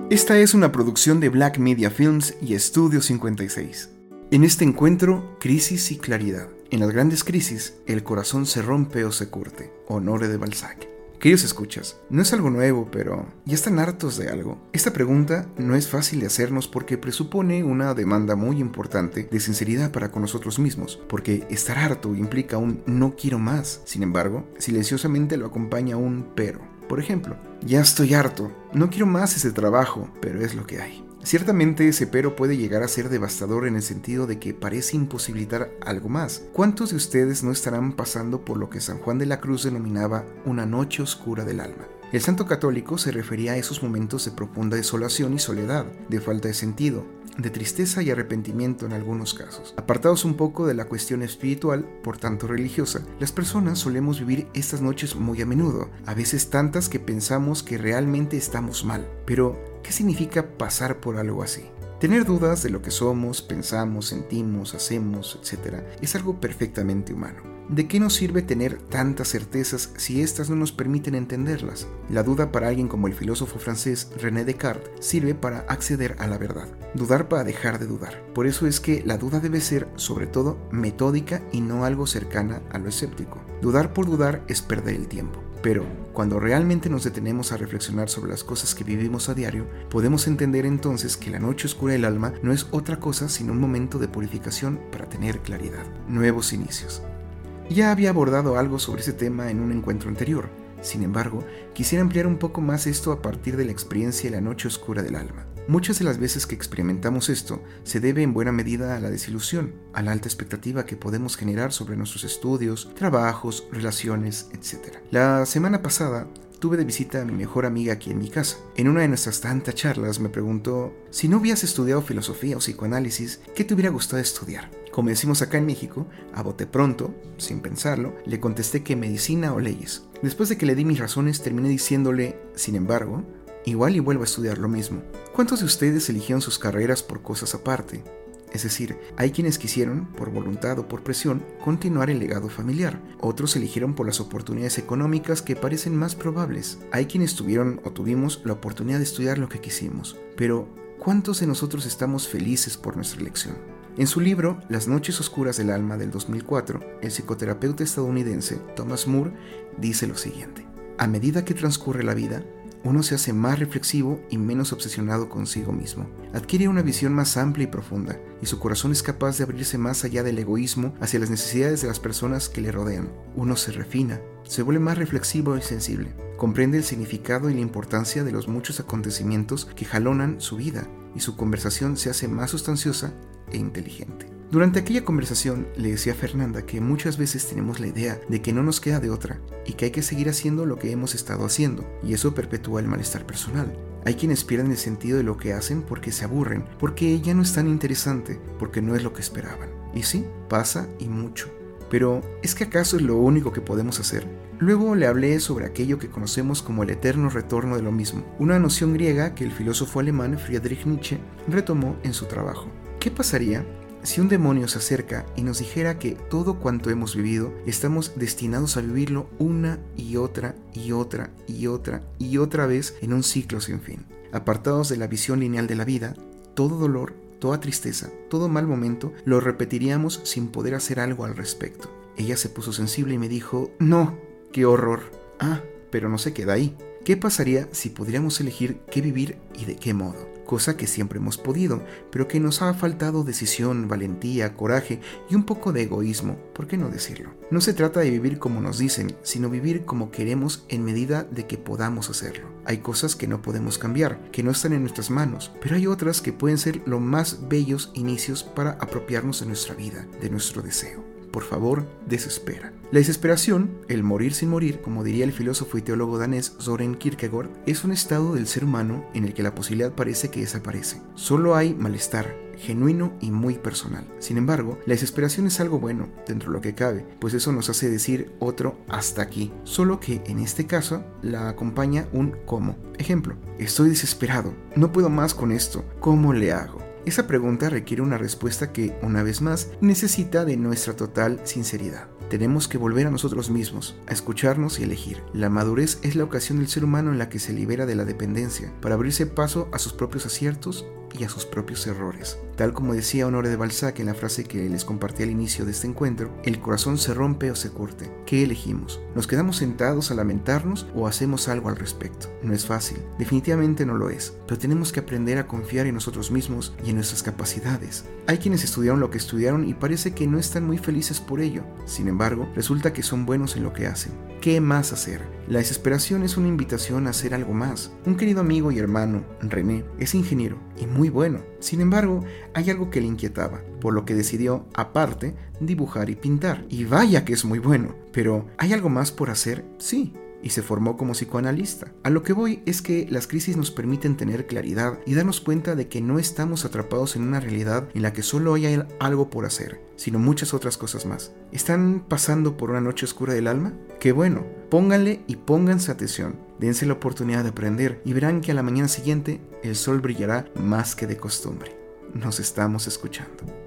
Esta es una producción de Black Media Films y Estudio 56. En este encuentro, crisis y claridad. En las grandes crisis, el corazón se rompe o se curte. Honoré de Balzac. Queridos escuchas, no es algo nuevo, pero ¿ya están hartos de algo? Esta pregunta no es fácil de hacernos porque presupone una demanda muy importante de sinceridad para con nosotros mismos, porque estar harto implica un no quiero más. Sin embargo, silenciosamente lo acompaña un pero. Por ejemplo, ya estoy harto, no quiero más ese trabajo, pero es lo que hay. Ciertamente ese pero puede llegar a ser devastador en el sentido de que parece imposibilitar algo más. ¿Cuántos de ustedes no estarán pasando por lo que San Juan de la Cruz denominaba una noche oscura del alma? El santo católico se refería a esos momentos de profunda desolación y soledad, de falta de sentido, de tristeza y arrepentimiento en algunos casos. Apartados un poco de la cuestión espiritual, por tanto religiosa, las personas solemos vivir estas noches muy a menudo, a veces tantas que pensamos que realmente estamos mal. Pero, ¿qué significa pasar por algo así? Tener dudas de lo que somos, pensamos, sentimos, hacemos, etc. es algo perfectamente humano. ¿De qué nos sirve tener tantas certezas si éstas no nos permiten entenderlas? La duda para alguien como el filósofo francés René Descartes sirve para acceder a la verdad. Dudar para dejar de dudar. Por eso es que la duda debe ser, sobre todo, metódica y no algo cercana a lo escéptico. Dudar por dudar es perder el tiempo. Pero, cuando realmente nos detenemos a reflexionar sobre las cosas que vivimos a diario, podemos entender entonces que la noche oscura del alma no es otra cosa sino un momento de purificación para tener claridad. Nuevos inicios. Ya había abordado algo sobre ese tema en un encuentro anterior. Sin embargo, quisiera ampliar un poco más esto a partir de la experiencia de la noche oscura del alma. Muchas de las veces que experimentamos esto se debe en buena medida a la desilusión, a la alta expectativa que podemos generar sobre nuestros estudios, trabajos, relaciones, etc. La semana pasada tuve de visita a mi mejor amiga aquí en mi casa. En una de nuestras tantas charlas me preguntó, si no hubieras estudiado filosofía o psicoanálisis, ¿qué te hubiera gustado estudiar? Como decimos acá en México, a bote pronto, sin pensarlo, le contesté que medicina o leyes. Después de que le di mis razones, terminé diciéndole, sin embargo, igual y vuelvo a estudiar lo mismo. ¿Cuántos de ustedes eligieron sus carreras por cosas aparte? Es decir, hay quienes quisieron, por voluntad o por presión, continuar el legado familiar. Otros eligieron por las oportunidades económicas que parecen más probables. Hay quienes tuvieron o tuvimos la oportunidad de estudiar lo que quisimos. Pero, ¿cuántos de nosotros estamos felices por nuestra elección? En su libro Las noches oscuras del alma del 2004, el psicoterapeuta estadounidense Thomas Moore dice lo siguiente: a medida que transcurre la vida, uno se hace más reflexivo y menos obsesionado consigo mismo. Adquiere una visión más amplia y profunda, y su corazón es capaz de abrirse más allá del egoísmo hacia las necesidades de las personas que le rodean. Uno se refina, se vuelve más reflexivo y sensible. Comprende el significado y la importancia de los muchos acontecimientos que jalonan su vida, y su conversación se hace más sustanciosa e inteligente. Durante aquella conversación le decía a Fernanda que muchas veces tenemos la idea de que no nos queda de otra y que hay que seguir haciendo lo que hemos estado haciendo, y eso perpetúa el malestar personal. Hay quienes pierden el sentido de lo que hacen porque se aburren, porque ya no es tan interesante, porque no es lo que esperaban. Y sí, pasa y mucho. Pero, ¿es que acaso es lo único que podemos hacer? Luego le hablé sobre aquello que conocemos como el eterno retorno de lo mismo, una noción griega que el filósofo alemán Friedrich Nietzsche retomó en su trabajo. ¿Qué pasaría si un demonio se acerca y nos dijera que todo cuanto hemos vivido estamos destinados a vivirlo una y otra y otra y otra y otra vez en un ciclo sin fin? Apartados de la visión lineal de la vida, todo dolor, toda tristeza, todo mal momento lo repetiríamos sin poder hacer algo al respecto. Ella se puso sensible y me dijo, no, qué horror. Ah, pero no se queda ahí. ¿Qué pasaría si pudiéramos elegir qué vivir y de qué modo? Cosa que siempre hemos podido, pero que nos ha faltado decisión, valentía, coraje y un poco de egoísmo, ¿por qué no decirlo? No se trata de vivir como nos dicen, sino vivir como queremos en medida de que podamos hacerlo. Hay cosas que no podemos cambiar, que no están en nuestras manos, pero hay otras que pueden ser los más bellos inicios para apropiarnos de nuestra vida, de nuestro deseo. Por favor, desespera. La desesperación, el morir sin morir, como diría el filósofo y teólogo danés Søren Kierkegaard, es un estado del ser humano en el que la posibilidad parece que desaparece. Solo hay malestar, genuino y muy personal. Sin embargo, la desesperación es algo bueno, dentro de lo que cabe, pues eso nos hace decir otro hasta aquí, solo que en este caso la acompaña un cómo. Ejemplo, estoy desesperado, no puedo más con esto, ¿cómo le hago? Esa pregunta requiere una respuesta que, una vez más, necesita de nuestra total sinceridad. Tenemos que volver a nosotros mismos, a escucharnos y elegir. La madurez es la ocasión del ser humano en la que se libera de la dependencia para abrirse paso a sus propios aciertos y a sus propios errores. Tal como decía Honoré de Balzac en la frase que les compartí al inicio de este encuentro, el corazón se rompe o se corte. ¿Qué elegimos? ¿Nos quedamos sentados a lamentarnos o hacemos algo al respecto? No es fácil, definitivamente no lo es, pero tenemos que aprender a confiar en nosotros mismos y en nuestras capacidades. Hay quienes estudiaron lo que estudiaron y parece que no están muy felices por ello. Sin embargo, resulta que son buenos en lo que hacen. ¿Qué más hacer? La desesperación es una invitación a hacer algo más. Un querido amigo y hermano, René, es ingeniero y muy bueno. Sin embargo, hay algo que le inquietaba, por lo que decidió, aparte, dibujar y pintar. Y vaya que es muy bueno. Pero, ¿hay algo más por hacer? Sí. Y se formó como psicoanalista. A lo que voy es que las crisis nos permiten tener claridad y darnos cuenta de que no estamos atrapados en una realidad en la que solo hay algo por hacer, sino muchas otras cosas más. ¿Están pasando por una noche oscura del alma? ¡Qué bueno! Pónganle y pónganse atención. Dense la oportunidad de aprender y verán que a la mañana siguiente el sol brillará más que de costumbre. Nos estamos escuchando.